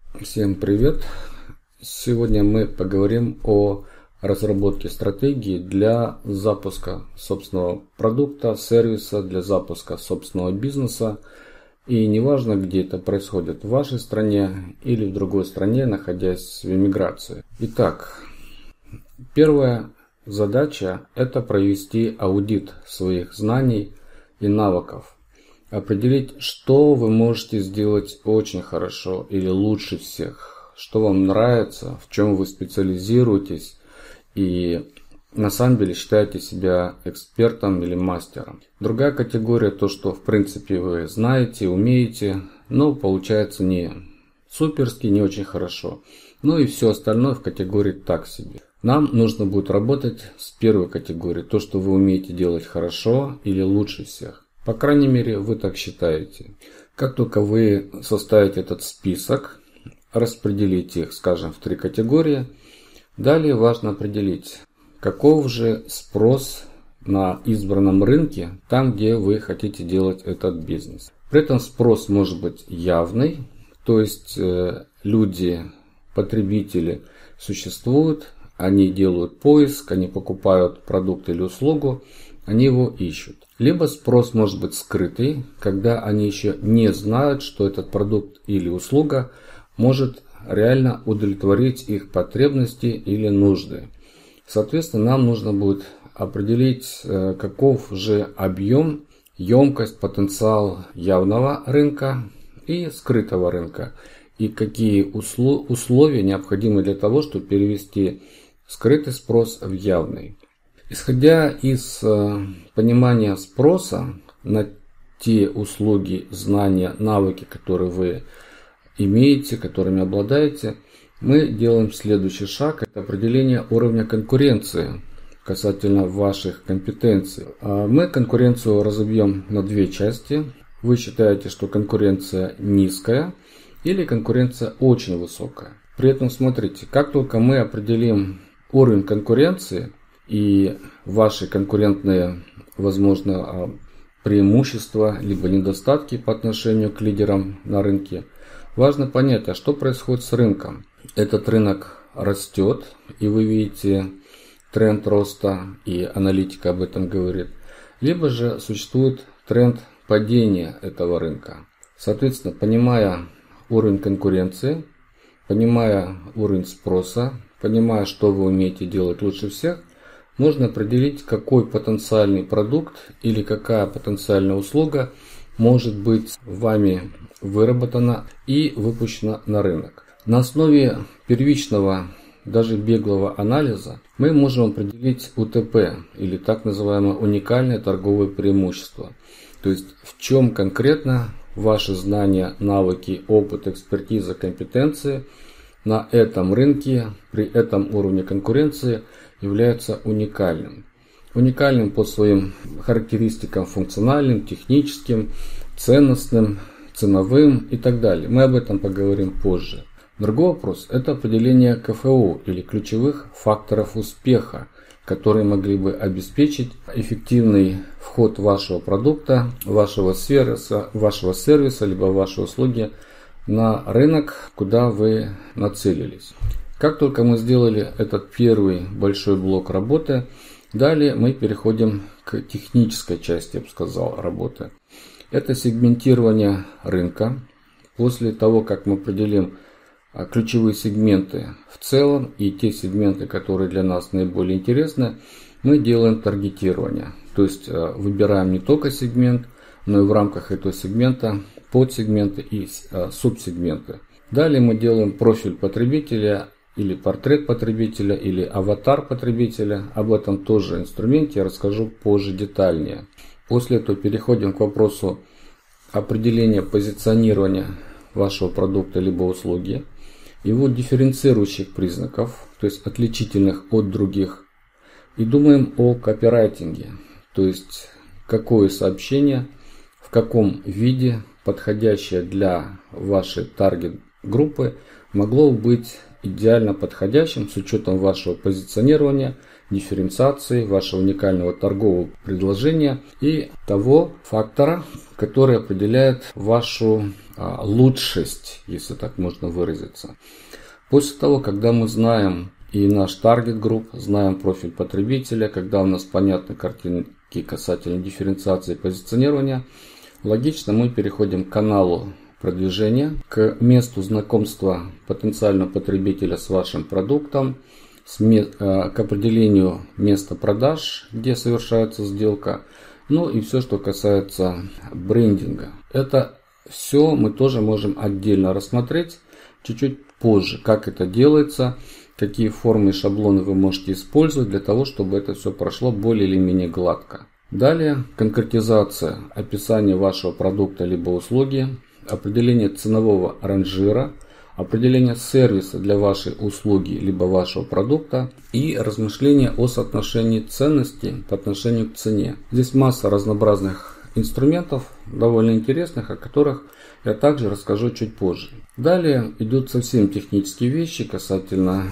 Всем привет! Сегодня мы поговорим о разработке стратегии для запуска собственного продукта, сервиса, для запуска собственного бизнеса. И неважно, где это происходит, в вашей стране или в другой стране, находясь в эмиграции. Итак, первая задача – это провести аудит своих знаний и навыков. Определить, что вы можете сделать очень хорошо или лучше всех, что вам нравится, в чем вы специализируетесь и на самом деле считаете себя экспертом или мастером. Другая категория – то, что в принципе вы знаете, умеете, но получается не суперски, не очень хорошо. Ну и все остальное в категории так себе. Нам нужно будет работать с первой категорией, то, что вы умеете делать хорошо или лучше всех. По крайней мере, вы так считаете. Как только вы составите этот список, распределите их, скажем, в 3 категории. Далее важно определить, каков же спрос на избранном рынке, там, где вы хотите делать этот бизнес. При этом спрос может быть явный, то есть люди, потребители существуют, они делают поиск, они покупают продукт или услугу, они его ищут. Либо спрос может быть скрытый, когда они еще не знают, что этот продукт или услуга может реально удовлетворить их потребности или нужды. Соответственно, нам нужно будет определить, каков же объем, емкость, потенциал явного рынка и скрытого рынка. И какие условия необходимы для того, чтобы перевести скрытый спрос в явный. Исходя из понимания спроса на те услуги, знания, навыки, которые вы имеете, которыми обладаете, мы делаем следующий шаг. Это определение уровня конкуренции касательно ваших компетенций. Мы конкуренцию разобьем на 2 части. Вы считаете, что конкуренция низкая или конкуренция очень высокая. При этом смотрите, как только мы определим уровень конкуренции и ваши конкурентные, возможно, преимущества либо недостатки по отношению к лидерам на рынке, важно понять, а что происходит с рынком. Этот рынок растет, и вы видите тренд роста, и аналитика об этом говорит. Либо же существует тренд падения этого рынка. Соответственно, понимая уровень конкуренции, понимая уровень спроса, понимая, что вы умеете делать лучше всех, можно определить, какой потенциальный продукт или какая потенциальная услуга может быть вами выработана и выпущена на рынок. На основе первичного, даже беглого анализа мы можем определить УТП или так называемое уникальное торговое преимущество. То есть в чем конкретно ваши знания, навыки, опыт, экспертиза, компетенции на этом рынке, при этом уровне конкуренции является уникальным. Уникальным по своим характеристикам функциональным, техническим, ценностным, ценовым и так далее. Мы об этом поговорим позже. Другой вопрос – это определение КФУ или ключевых факторов успеха, которые могли бы обеспечить эффективный вход вашего продукта, вашего сервиса либо вашей услуги на рынок, куда вы нацелились. Как только мы сделали этот первый большой блок работы, далее мы переходим к технической части, я бы сказал, работы. Это сегментирование рынка. После того, как мы определим ключевые сегменты в целом и те сегменты, которые для нас наиболее интересны, мы делаем таргетирование. То есть выбираем не только сегмент, но и в рамках этого сегмента подсегменты и субсегменты. Далее мы делаем профиль потребителя или портрет потребителя или аватар потребителя. Об этом тоже инструменте я расскажу позже детальнее. После этого переходим к вопросу определения позиционирования вашего продукта либо услуги, его дифференцирующих признаков, то есть отличительных от других. И думаем о копирайтинге, то есть какое сообщение, в каком виде, подходящее для вашей таргет-группы, могло быть идеально подходящим с учетом вашего позиционирования дифференциации, вашего уникального торгового предложения и того фактора, который определяет вашу лучшесть, если так можно выразиться. После того, когда мы знаем и наш таргет-групп, знаем профиль потребителя, когда у нас понятны картинки касательно дифференциации и позиционирования, логично мы переходим к каналу продвижения, к месту знакомства потенциального потребителя с вашим продуктом, к определению места продаж, где совершается сделка, ну и все, что касается брендинга. Это все мы тоже можем отдельно рассмотреть чуть-чуть позже, как это делается, какие формы и шаблоны вы можете использовать для того, чтобы это все прошло более или менее гладко. Далее конкретизация описания вашего продукта либо услуги, определение ценового ранжира, определение сервиса для вашей услуги либо вашего продукта и размышления о соотношении ценности по отношению к цене. Здесь масса разнообразных инструментов, довольно интересных, о которых я также расскажу чуть позже. Далее идут совсем технические вещи касательно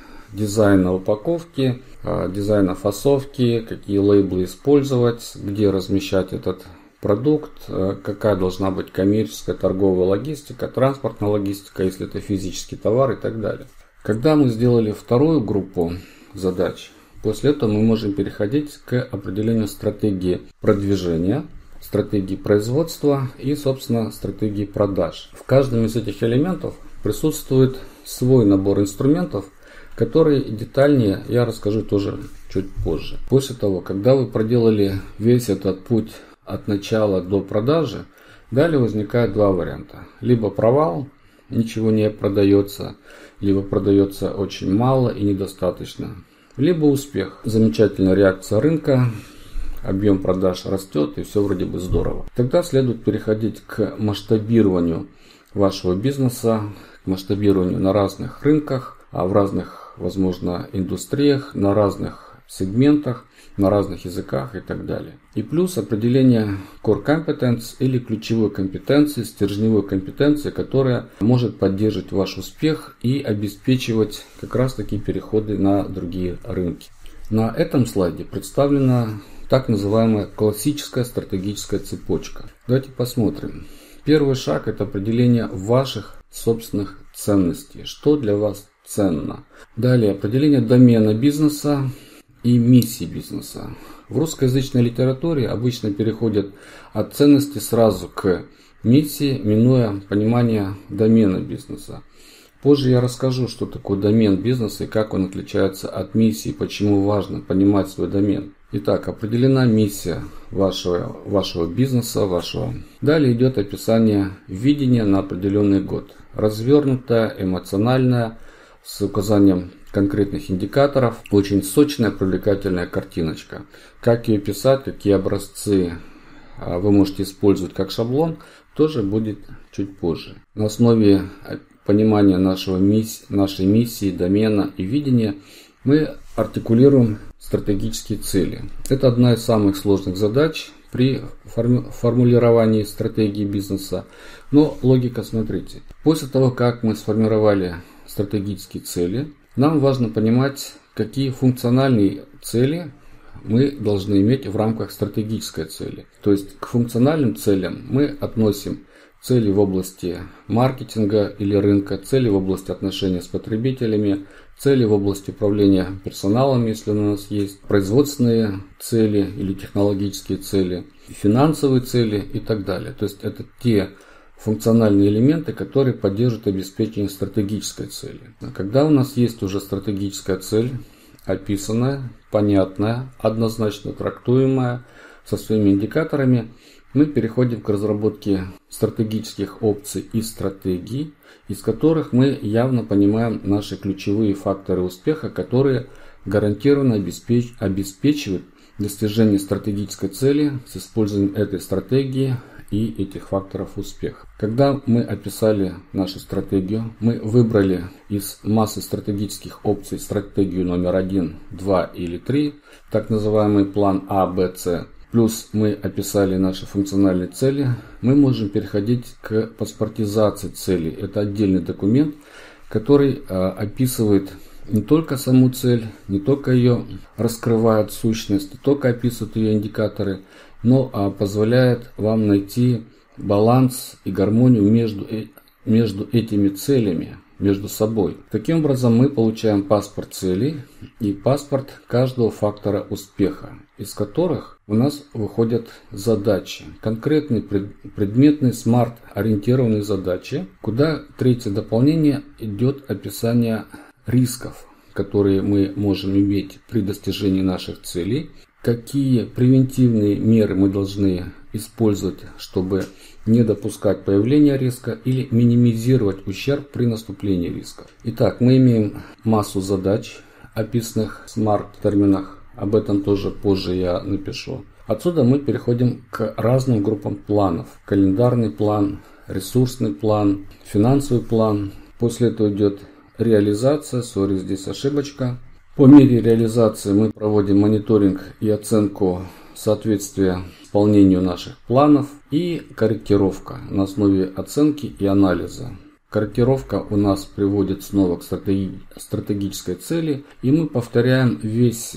дизайна упаковки, дизайна фасовки, какие лейблы использовать, где размещать этот продукт, какая должна быть коммерческая, торговая логистика, транспортная логистика, если это физический товар и так далее. Когда мы сделали вторую группу задач, после этого мы можем переходить к определению стратегии продвижения, стратегии производства и, собственно, стратегии продаж. В каждом из этих элементов присутствует свой набор инструментов, которые детальнее я расскажу тоже чуть позже. После того, когда вы проделали весь этот путь от начала до продажи, далее возникает два варианта. Либо провал, ничего не продается, либо продается очень мало и недостаточно. Либо успех, замечательная реакция рынка, объем продаж растет и все вроде бы здорово. Тогда следует переходить к масштабированию вашего бизнеса, к масштабированию на разных рынках, в разных, возможно, индустриях, на разных сегментах, на разных языках и так далее. И плюс определение core competence или ключевой компетенции, стержневой компетенции, которая может поддерживать ваш успех и обеспечивать как раз таки переходы на другие рынки. На этом слайде представлена так называемая классическая стратегическая цепочка. Давайте посмотрим. Первый шаг – это определение ваших собственных ценностей. Что для вас ценно? Далее определение домена бизнеса и миссии бизнеса. В русскоязычной литературе обычно переходят от ценности сразу к миссии, минуя понимание домена бизнеса. Позже я расскажу, что такое домен бизнеса и как он отличается от миссии, почему важно понимать свой домен. Итак, определена миссия вашего бизнеса, вашего. Далее идет описание видения на определенный год. Развернутое, эмоциональное, с указанием конкретных индикаторов. Очень сочная, привлекательная картиночка. Как ее писать, какие образцы вы можете использовать как шаблон, тоже будет чуть позже. На основе понимания нашей миссии, домена и видения мы артикулируем стратегические цели. Это одна из самых сложных задач при формулировании стратегии бизнеса. Но логика, смотрите. После того, как мы сформировали стратегические цели, нам важно понимать, какие функциональные цели мы должны иметь в рамках стратегической цели. То есть к функциональным целям мы относим цели в области маркетинга или рынка, цели в области отношений с потребителями, цели в области управления персоналом, если у нас есть, производственные цели или технологические цели, финансовые цели и так далее. То есть это те функциональные элементы, которые поддерживают обеспечение стратегической цели. Когда у нас есть уже стратегическая цель, описанная, понятная, однозначно трактуемая, со своими индикаторами, мы переходим к разработке стратегических опций и стратегий, из которых мы явно понимаем наши ключевые факторы успеха, которые гарантированно обеспечивают достижение стратегической цели с использованием этой стратегии и этих факторов успеха. Когда мы описали нашу стратегию, мы выбрали из массы стратегических опций стратегию номер 1, 2 или 3, так называемый план А, Б, С, плюс мы описали наши функциональные цели, мы можем переходить к паспортизации целей. Это отдельный документ, который описывает не только саму цель, не только ее раскрывает сущность, не только описывает ее индикаторы, но позволяет вам найти баланс и гармонию между этими целями, между собой. Таким образом, мы получаем паспорт целей и паспорт каждого фактора успеха, из которых у нас выходят задачи, конкретные предметные смарт-ориентированные задачи, куда третье дополнение идет описание рисков, которые мы можем иметь при достижении наших целей, какие превентивные меры мы должны использовать, чтобы не допускать появления риска или минимизировать ущерб при наступлении риска. Итак, мы имеем массу задач, описанных в смарт-терминах, об этом тоже позже я напишу. Отсюда мы переходим к разным группам планов. Календарный план, ресурсный план, финансовый план. После этого идет реализация, здесь ошибочка. По мере реализации мы проводим мониторинг и оценку соответствия исполнению наших планов и корректировка на основе оценки и анализа. Корректировка у нас приводит снова к стратегической цели, и мы повторяем весь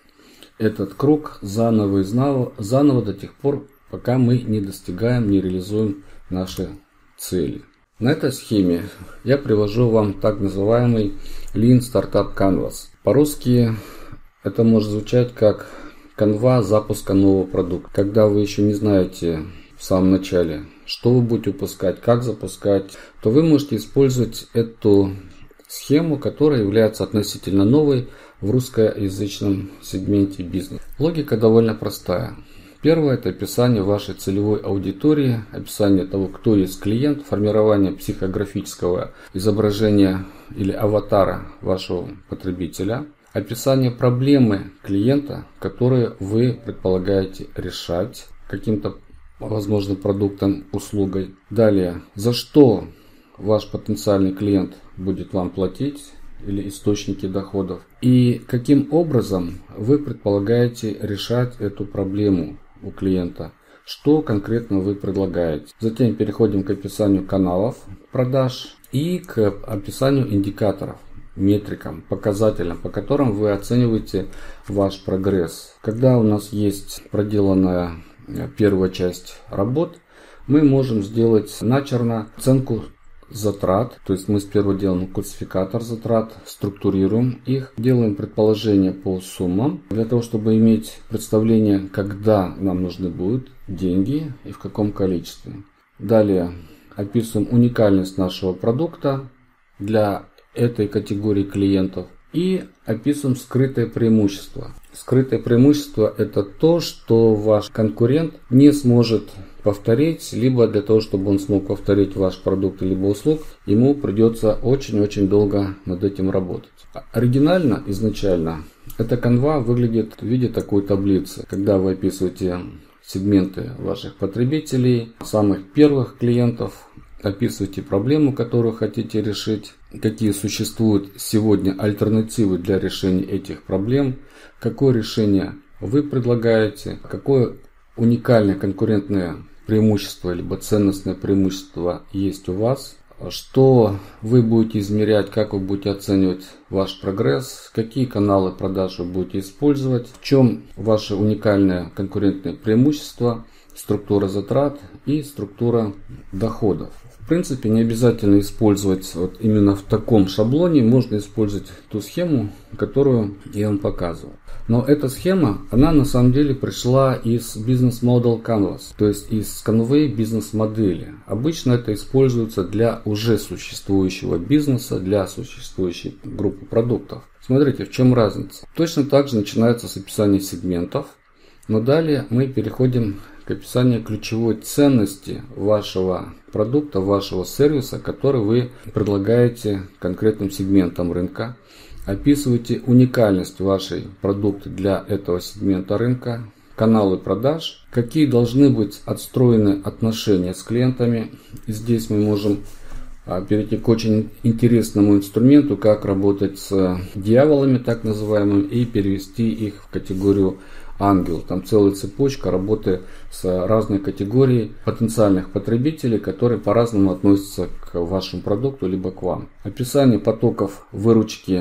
этот круг заново и заново до тех пор, пока мы не достигаем, не реализуем наши цели. На этой схеме я привожу вам так называемый Lean Startup Canvas. По-русски это может звучать как канва запуска нового продукта. Когда вы еще не знаете в самом начале, что вы будете выпускать, как запускать, то вы можете использовать эту схему, которая является относительно новой в русскоязычном сегменте бизнеса. Логика довольно простая. Первое – это описание вашей целевой аудитории, описание того, кто есть клиент, формирование психографического изображения или аватара вашего потребителя, описание проблемы клиента, которые вы предполагаете решать каким-то, возможно, продуктом, услугой. Далее, за что ваш потенциальный клиент будет вам платить или источники доходов. И каким образом вы предполагаете решать эту проблему у клиента. Что конкретно вы предлагаете. Затем переходим к описанию каналов продаж и к описанию индикаторов, метрикам, показателям, по которым вы оцениваете ваш прогресс. Когда у нас есть проделанная первая часть работ, мы можем сделать начерно оценку затрат, то есть мы сперва делаем классификатор затрат, структурируем их, делаем предположения по суммам, для того, чтобы иметь представление, когда нам нужны будут деньги и в каком количестве. Далее описываем уникальность нашего продукта для этой категории клиентов и описываем скрытое преимущество. Скрытое преимущество – это то, что ваш конкурент не сможет повторить, либо для того, чтобы он смог повторить ваш продукт либо услуг, ему придется очень-очень долго над этим работать. Оригинально, изначально, эта канва выглядит в виде такой таблицы, когда вы описываете сегменты ваших потребителей, самых первых клиентов, описываете проблему, которую хотите решить, какие существуют сегодня альтернативы для решения этих проблем, какое решение вы предлагаете, какое уникальное конкурентное преимущество либо ценностное преимущество есть у вас, что вы будете измерять, как вы будете оценивать ваш прогресс, какие каналы продаж вы будете использовать, в чем ваше уникальное конкурентное преимущество, структура затрат и структура доходов. В принципе, не обязательно использовать вот именно в таком шаблоне, можно использовать ту схему, которую я вам показывал. Но эта схема, она на самом деле пришла из Business Model Canvas, то есть из канвы бизнес-модели. Обычно это используется для уже существующего бизнеса, для существующей группы продуктов. Смотрите, в чем разница. Точно так же начинается с описания сегментов, но далее мы переходим к описанию ключевой ценности вашего продукта, вашего сервиса, который вы предлагаете конкретным сегментам рынка. Описывайте уникальность вашей продукта для этого сегмента рынка, каналы продаж, какие должны быть отстроены отношения с клиентами. И здесь мы можем перейти к очень интересному инструменту, как работать с дьяволами, так называемыми, и перевести их в категорию ангел. Там целая цепочка работы с разной категорией потенциальных потребителей, которые по-разному относятся к вашему продукту либо к вам. Описание потоков выручки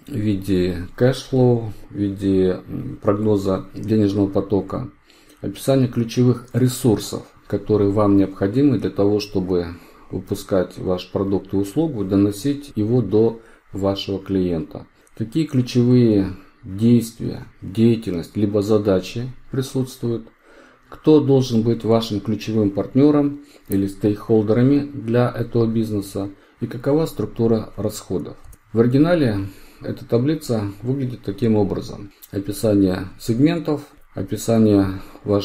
в виде кэшфлоу, в виде прогноза денежного потока, описание ключевых ресурсов, которые вам необходимы для того, чтобы выпускать ваш продукт и услугу, доносить его до вашего клиента. Какие ключевые действия, деятельность, либо задачи присутствуют, кто должен быть вашим ключевым партнером или стейкхолдерами для этого бизнеса и какова структура расходов. В оригинале эта таблица выглядит таким образом. Описание сегментов, описание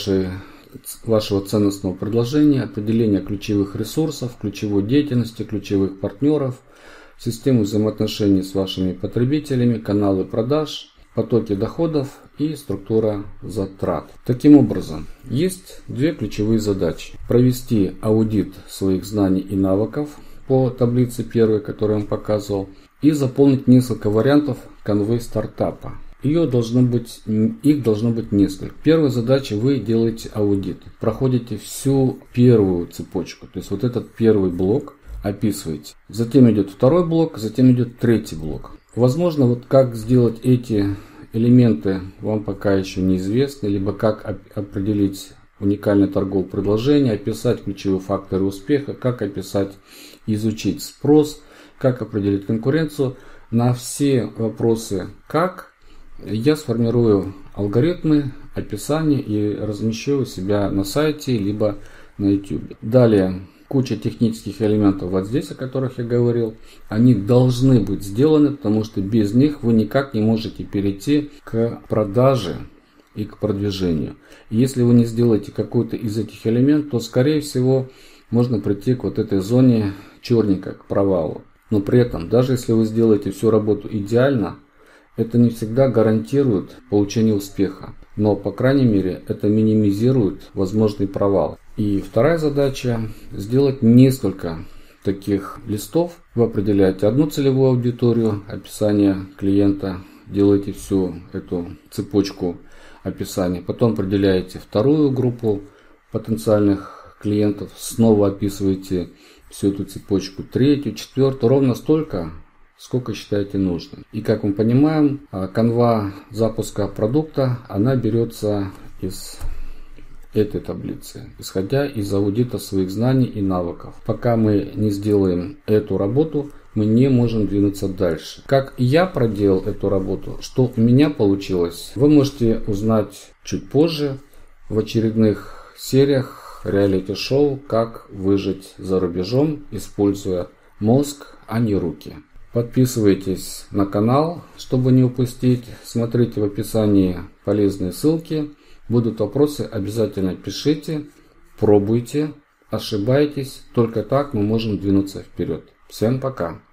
вашего ценностного предложения, определение ключевых ресурсов, ключевой деятельности, ключевых партнеров, систему взаимоотношений с вашими потребителями, каналы продаж, потоки доходов и структура затрат. Таким образом, есть две ключевые задачи. Провести аудит своих знаний и навыков по таблице первой, которую я вам показывал, и заполнить несколько вариантов канвы стартапа. Их должно быть несколько. Первая задача: вы делаете аудит, проходите всю первую цепочку, то есть вот этот первый блок описываете. Затем идет второй блок, затем идет третий блок. Возможно, вот как сделать эти элементы вам пока еще неизвестно, либо как определить уникальное торговое предложение, описать ключевые факторы успеха, как описать и изучить спрос, как определить конкуренцию. На все вопросы «как» я сформирую алгоритмы, описание и размещу у себя на сайте, либо на YouTube. Далее, куча технических элементов вот здесь, о которых я говорил, они должны быть сделаны, потому что без них вы никак не можете перейти к продаже и к продвижению. И если вы не сделаете какой-то из этих элементов, то, скорее всего, можно прийти к вот этой зоне черненько, к провалу. Но при этом, даже если вы сделаете всю работу идеально, это не всегда гарантирует получение успеха. Но, по крайней мере, это минимизирует возможный провал. И вторая задача – сделать несколько таких листов. Вы определяете одну целевую аудиторию, описание клиента, делаете всю эту цепочку описания. Потом определяете вторую группу потенциальных клиентов, снова описываете всю эту цепочку, третью, четвертую, ровно столько, сколько считаете нужным. И как мы понимаем, канва запуска продукта, она берется из этой таблицы, исходя из аудита своих знаний и навыков. Пока мы не сделаем эту работу, мы не можем двинуться дальше. Как я проделал эту работу, что у меня получилось, вы можете узнать чуть позже в очередных сериях реалити-шоу «Как выжить за рубежом, используя мозг, а не руки». Подписывайтесь на канал, чтобы не упустить. Смотрите в описании полезные ссылки. Будут вопросы, обязательно пишите, пробуйте, ошибайтесь. Только так мы можем двинуться вперед. Всем пока!